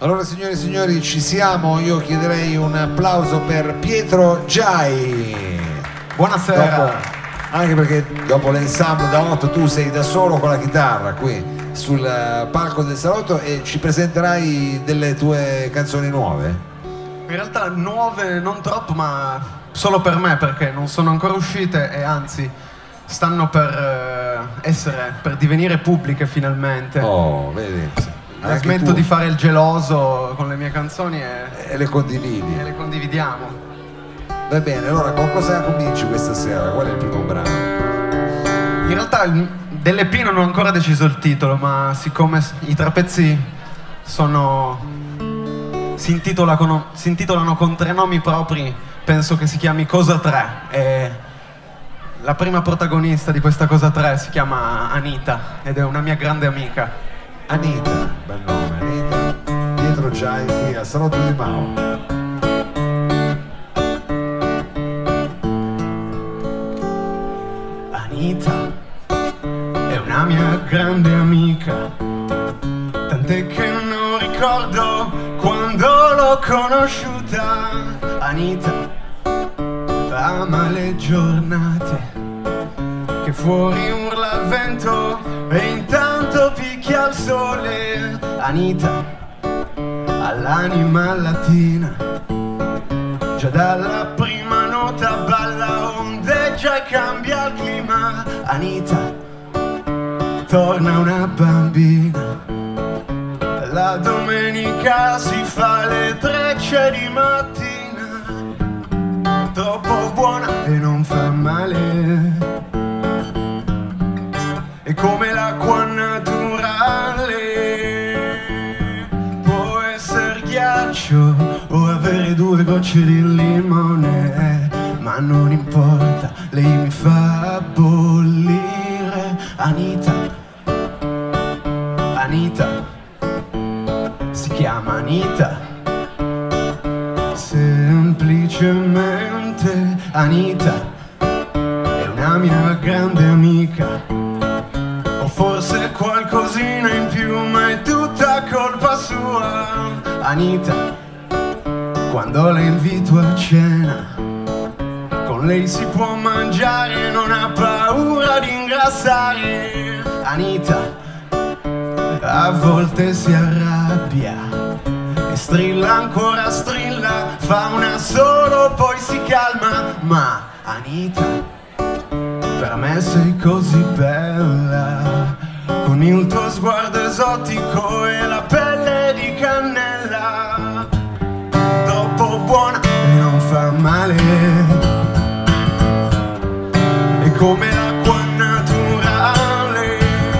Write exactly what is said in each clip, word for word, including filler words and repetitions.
Allora signore e signori, ci siamo. Io chiederei un applauso per Pietro Giai. Buonasera. Dopo, anche perché dopo l'ensemble da otto tu sei da solo con la chitarra qui sul palco del salotto e ci presenterai delle tue canzoni nuove? In realtà nuove non troppo, ma solo per me, perché non sono ancora uscite e anzi stanno per eh, essere, per divenire pubbliche finalmente. Oh, vedi. Eh, smetto tu. di fare il geloso con le mie canzoni e, e le condividi. E le condividiamo. Va bene, allora con cosa cominci questa sera? Qual è il primo brano? In realtà dell'E P non ho ancora deciso il titolo, ma siccome i tre pezzi sono si, intitola con, si intitolano con tre nomi propri, penso che si chiami Cosa tre. E la prima protagonista di questa Cosa tre si chiama Anita ed è una mia grande amica. Anita, bel nome, Anita. Pietro Giai qui al Salotto di Mao. Anita è una mia grande amica, tant'è che non ricordo quando l'ho conosciuta. Anita ama le giornate che fuori urla il vento e intanto picchia il sole. Anita ha l'anima latina, già dalla prima nota balla, ondeggia e cambia il clima. Anita torna una bambina, la domenica si fa le trecce di mattina, troppo buona e non fa male. E come l'acqua naturale può essere ghiaccio o avere due gocce di limone, ma non importa, lei mi fa bollire. Anita, Anita, si chiama Anita, semplicemente Anita è una mia grande amica. Forse qualcosina in più, ma è tutta colpa sua. Anita, quando la invito a cena, con lei si può mangiare, non ha paura di ingrassare. Anita, a volte si arrabbia e strilla ancora strilla, fa una solo poi si calma. Ma Anita, per me sei così bella, con il tuo sguardo esotico e la pelle di cannella, troppo buona e non fa male. E come l'acqua naturale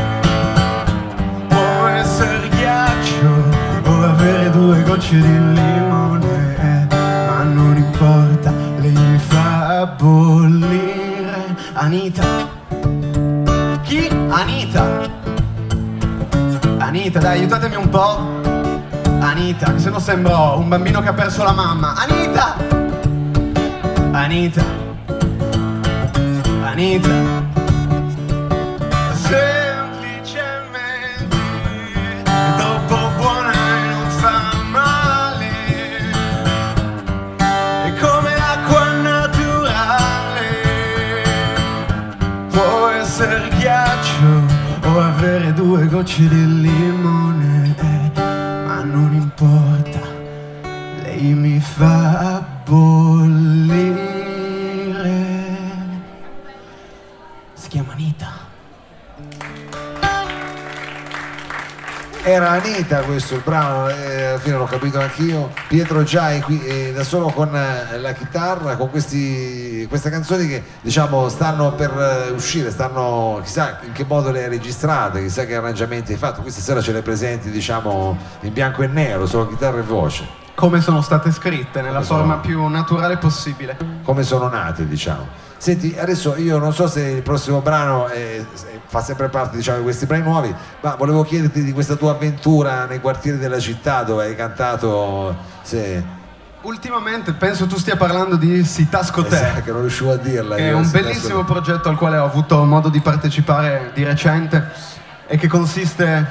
può essere ghiaccio o avere due gocce di limone, ma non importa, lei mi fa bollire. Anita, chi? Anita, Anita, dai, aiutatemi un po'. Anita, che se no sembro un bambino che ha perso la mamma. Anita, Anita, Anita, semplicemente è troppo buona e non fa male. È come l'acqua naturale, può essere ghiaccio o avere due gocce di limone, ma non importa, lei mi fa bollire. Si chiama Anita. Era Anita questo il brano, eh, alla fine l'ho capito anch'io. Pietro Giai qui eh, da solo con eh, la chitarra, con questi, queste canzoni che diciamo stanno per eh, uscire, stanno, chissà in che modo le hai registrate, chissà che arrangiamenti hai fatto. Questa sera ce le presenti diciamo in bianco e nero, solo chitarra e voce. Come sono state scritte, nella Come forma sono... più naturale possibile. Come sono nate, diciamo. Senti, adesso io non so se il prossimo brano è, fa sempre parte diciamo, di questi brani nuovi, ma volevo chiederti di questa tua avventura nei quartieri della città dove hai cantato. Se... Ultimamente penso tu stia parlando di Sitascote, esatto, che non riuscivo a dirla. Che è un bellissimo progetto al quale ho avuto modo di partecipare di recente e che consiste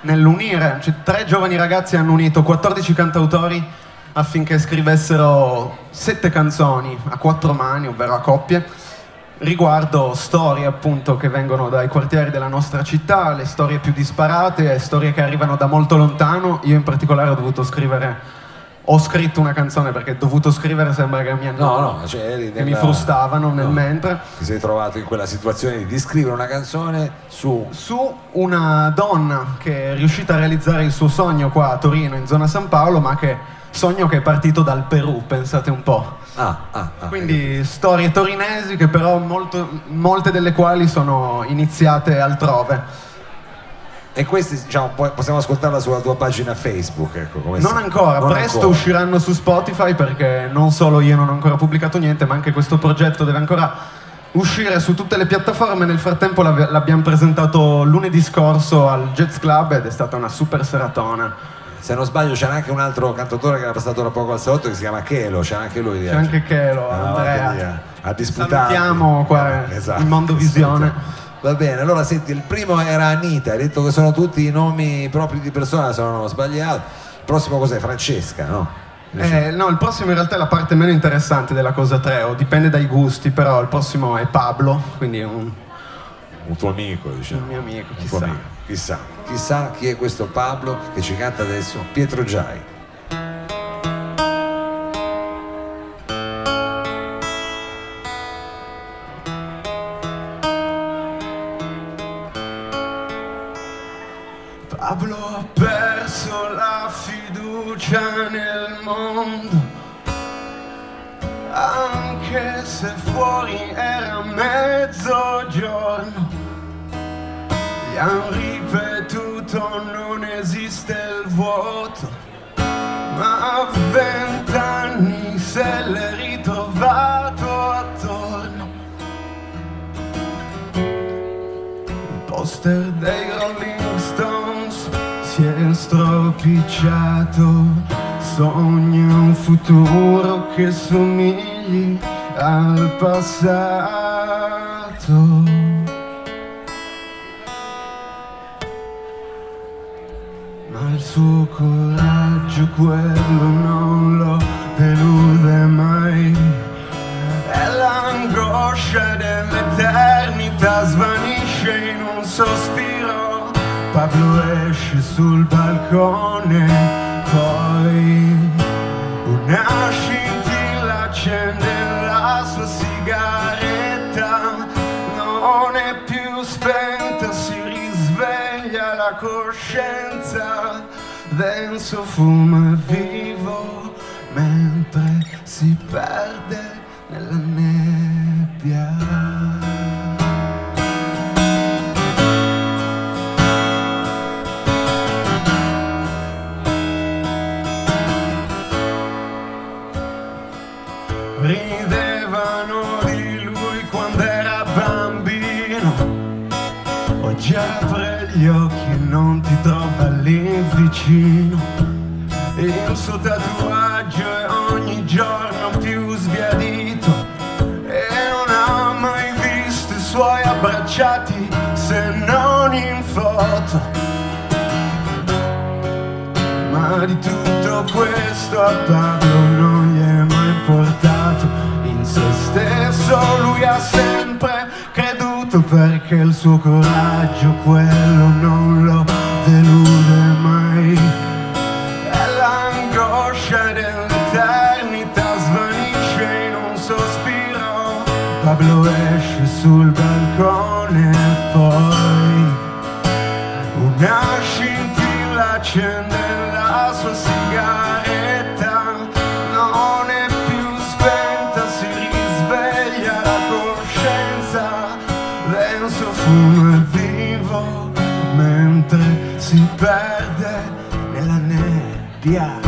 nell'unire, cioè, tre giovani ragazzi hanno unito quattordici cantautori affinché scrivessero sette canzoni a quattro mani, ovvero a coppie, riguardo storie appunto che vengono dai quartieri della nostra città, le storie più disparate, storie che arrivano da molto lontano. Io in particolare ho dovuto scrivere, ho scritto una canzone perché dovuto scrivere sembra che mi hanno, no, no, cioè eri che nella... mi frustavano nel no. mentre. Ti sei trovato in quella situazione di scrivere una canzone su... su una donna che è riuscita a realizzare il suo sogno qua a Torino, in zona San Paolo, ma che sogno che è partito dal Perù, pensate un po'. Ah, ah, ah, Quindi eh. storie torinesi che però molto, molte delle quali sono iniziate altrove. E questi, diciamo, possiamo ascoltarla sulla tua pagina Facebook, ecco, come Non si... ancora, non presto ancora. usciranno su Spotify, perché non solo io non ho ancora pubblicato niente, ma anche questo progetto deve ancora uscire su tutte le piattaforme. Nel frattempo l'av- l'abbiamo presentato lunedì scorso al Jazz Club ed è stata una super seratona. Se non sbaglio c'era anche un altro cantautore che era passato da poco al salotto che si chiama Chelo, c'è anche lui. C'è anche Chelo, Ah, Andrea. quindi A, a disputare. Salutiamo qua Eh, esatto, il Mondo Visione. Va bene, allora senti, il primo era Anita, hai detto che sono tutti i nomi propri di persona, se non ho sbagliato. Il prossimo cos'è? Francesca, no? Eh, no, il prossimo in realtà è la parte meno interessante della cosa tre, o dipende dai gusti, però il prossimo è Pablo, quindi è un, Un tuo amico, diciamo. un mio amico, Un tuo chissà. amico, chissà. Chissà chi è questo Pablo che ci canta adesso Pietro Giai. Pablo ha perso la fiducia nel mondo, anche se fuori era mezzogiorno. Gli han ripetuto non esiste il vuoto, ma a vent'anni se l'è ritrovato attorno. Il poster dei Rolling Stones si è stropicciato, sogna un futuro che somigli al passato. Ma il suo coraggio quello non lo delude mai, e l'angoscia dell'eternità svanisce in un sospiro. Pablo esce sul balcone, poi una scintilla accende la sua sigaretta, non è più spenta, si risveglia la coscienza, denso fumo è vivo mentre si perde nella nebbia. Ridevano di lui quando era bambino, oggi apre gli occhi e non ti trova lì vicino. Il suo tatuaggio è ogni giorno più sbiadito e non ha mai visto i suoi abbracciati se non in foto. Ma di tutto questo a Pablo non gli è mai portato. In se stesso lui ha sempre creduto, perché il suo coraggio quello non lo delude mai. E l'angoscia dell'eternità svanisce in un sospiro. Pablo esce sul balcone e poi una scintilla accende la sua sigaretta, non è più spenta, si risveglia la coscienza, denso fumo è vivo mentre si perde nella nebbia.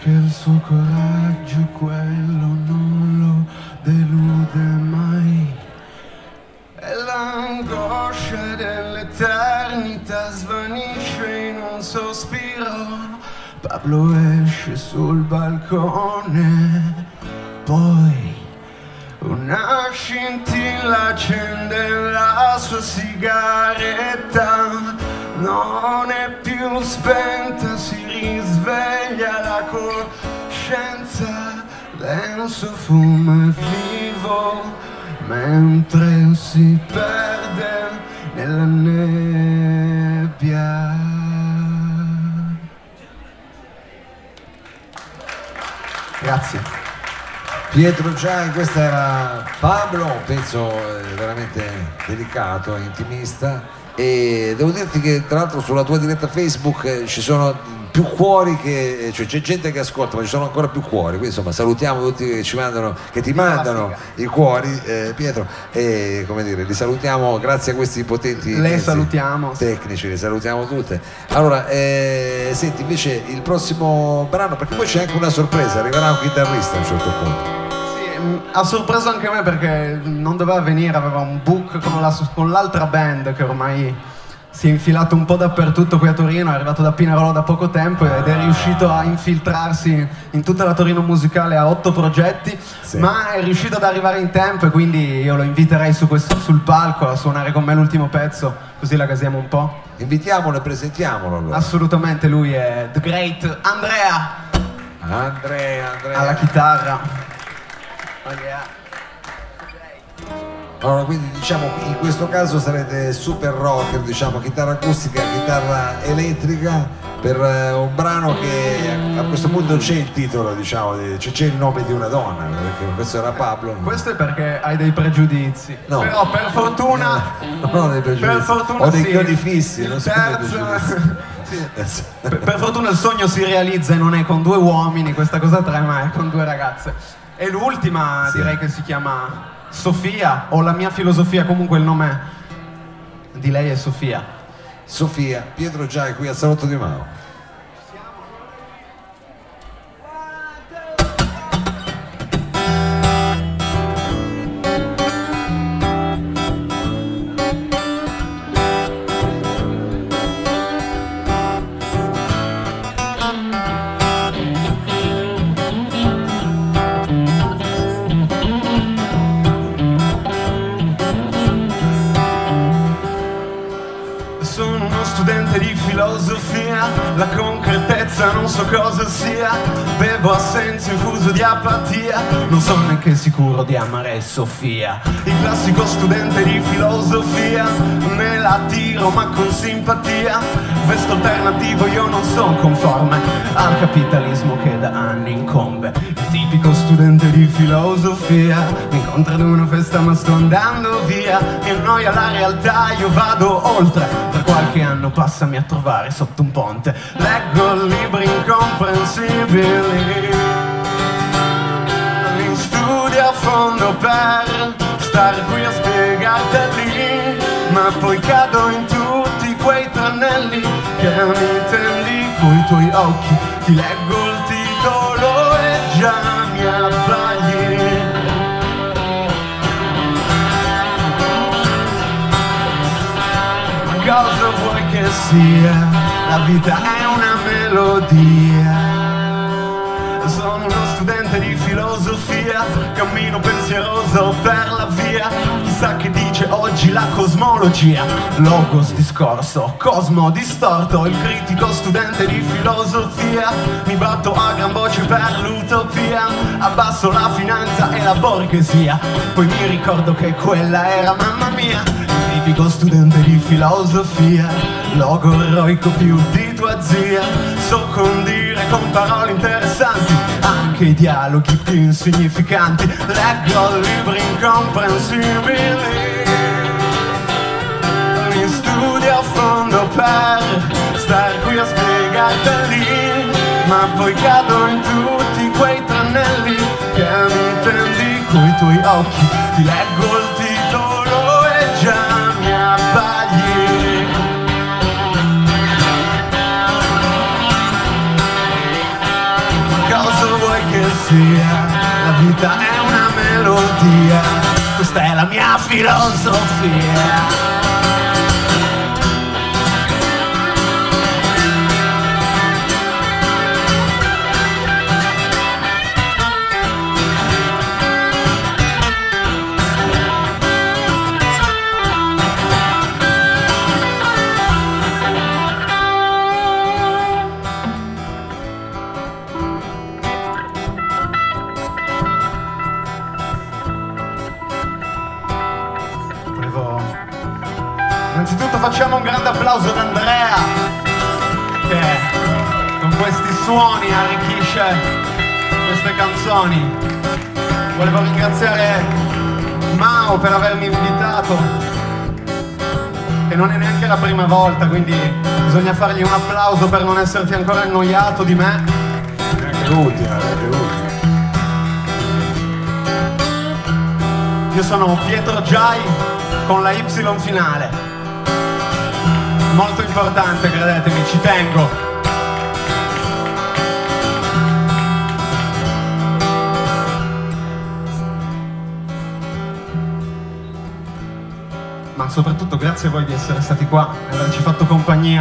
che il suo coraggio quello non lo delude mai. E l'angoscia dell'eternità svanisce in un sospiro. Pablo esce sul balcone, poi una scintilla accende la sua sigaretta, non è più spenta, si risveglia la coscienza, denso fumo è vivo, mentre si perde nella nebbia. Grazie. Pietro Giai, questa era Pablo, un pezzo eh, veramente delicato, intimista, e devo dirti che tra l'altro sulla tua diretta Facebook eh, ci sono più cuori che, cioè c'è gente che ascolta, ma ci sono ancora più cuori, quindi insomma salutiamo tutti che ci mandano, che ti mandano i cuori, eh, Pietro, e come dire, li salutiamo grazie a questi potenti le salutiamo tecnici, li salutiamo tutte. Allora, eh, senti, invece il prossimo brano, perché poi c'è anche una sorpresa, arriverà un chitarrista a un certo punto. Ha sorpreso anche me perché non doveva venire, aveva un book con, la, con l'altra band che ormai si è infilato un po' dappertutto qui a Torino, è arrivato da Pinerolo da poco tempo ed è riuscito a infiltrarsi in tutta la Torino musicale a otto progetti, sì. Ma è riuscito ad arrivare in tempo e quindi io lo inviterei su questo, sul palco a suonare con me l'ultimo pezzo, così la gasiamo un po'. Invitiamolo e presentiamolo allora. Assolutamente, lui è The Great Andrea. Andrea, Andrea. Alla chitarra. Oh yeah. Allora, quindi diciamo in questo caso sarete super rocker, diciamo chitarra acustica, chitarra elettrica per uh, un brano che a questo punto c'è il titolo, diciamo, c'è, c'è il nome di una donna, perché questo era Pablo. Questo è perché hai dei pregiudizi. No. Però per fortuna non ho dei pregiudizi. Per fortuna ho dei sì. chiodi fissi, non so sì. per, per fortuna il sogno si realizza e non è con due uomini, questa cosa tre, ma è con due ragazze. E l'ultima sì. direi che si chiama Sofia, o La mia filosofia, comunque il nome di lei è Sofia. Sofia, Pietro Giai qui al Salotto di Mao. La concretezza non so cosa sia, bevo a senso infuso di apatia, non sono neanche sicuro di amare Sofia. Il classico studente di filosofia, me la tiro ma con simpatia, vesto alternativo, io non sono conforme al capitalismo che da anni incombe. Il tipico studente di filosofia mi incontra ad una festa ma sto andando via, mi annoia la realtà, io vado oltre, tra qualche anno passami a trovare sotto un ponte. Leggo libri incomprensibili, li studio a fondo per stare qui a spiegarteli, ma poi cado in tutti quei tranelli che mi tendi coi tuoi occhi. Ti leggo il titolo e già mi abbagli. Cosa vuoi che sia? La vita è una melodia. Sono uno studente di filosofia, cammino pensieroso per la via. Chissà che dice oggi la cosmologia. Logos discorso, cosmo distorto. Il critico studente di filosofia. Mi batto a gran voce per l'utopia. Abbasso la finanza e la borghesia. Poi mi ricordo che quella era mamma mia. Il tipico studente di filosofia. Logorroico più di tua zia. So condire con parole interessanti anche i dialoghi più insignificanti. Leggo libri incomprensibili, li studio a fondo per star qui a spiegarteli, ma poi cado in tutti quei tranelli che mi tendi coi tuoi occhi. Ti leggo il titolo e già mi abbagli. vuoi che sia? La vita è una melodia, questa è la mia filosofia. Innanzitutto facciamo un grande applauso ad Andrea che con questi suoni arricchisce queste canzoni. Volevo ringraziare Mao per avermi invitato, che non è neanche la prima volta, quindi bisogna fargli un applauso per non esserti ancora annoiato di me. Neanche l'ultima, neanche l'ultima. Io sono Pietro Jai con la Y finale. Molto importante, credetemi, ci tengo. Ma soprattutto grazie a voi di essere stati qua e averci fatto compagnia.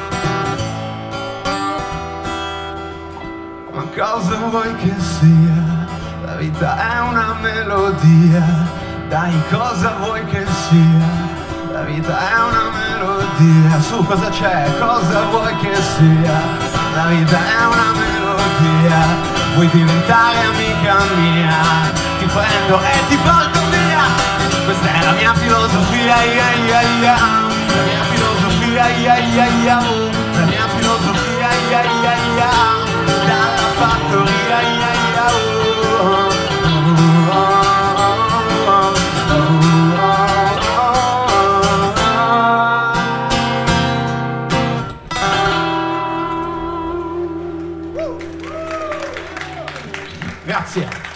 Ma cosa vuoi che sia? La vita è una melodia. Dai, cosa vuoi che sia? La vita è una melodia. Su, cosa c'è? Cosa vuoi che sia? La vita è una melodia. Vuoi diventare amica mia? Ti prendo e ti porto via. Questa è la mia filosofia, ia, ia, ia. La mia filosofia, ia, ia, ia. La mia filosofia, ia, ia, ia. Dalla fattoria, ia, ia, oh. Grazie.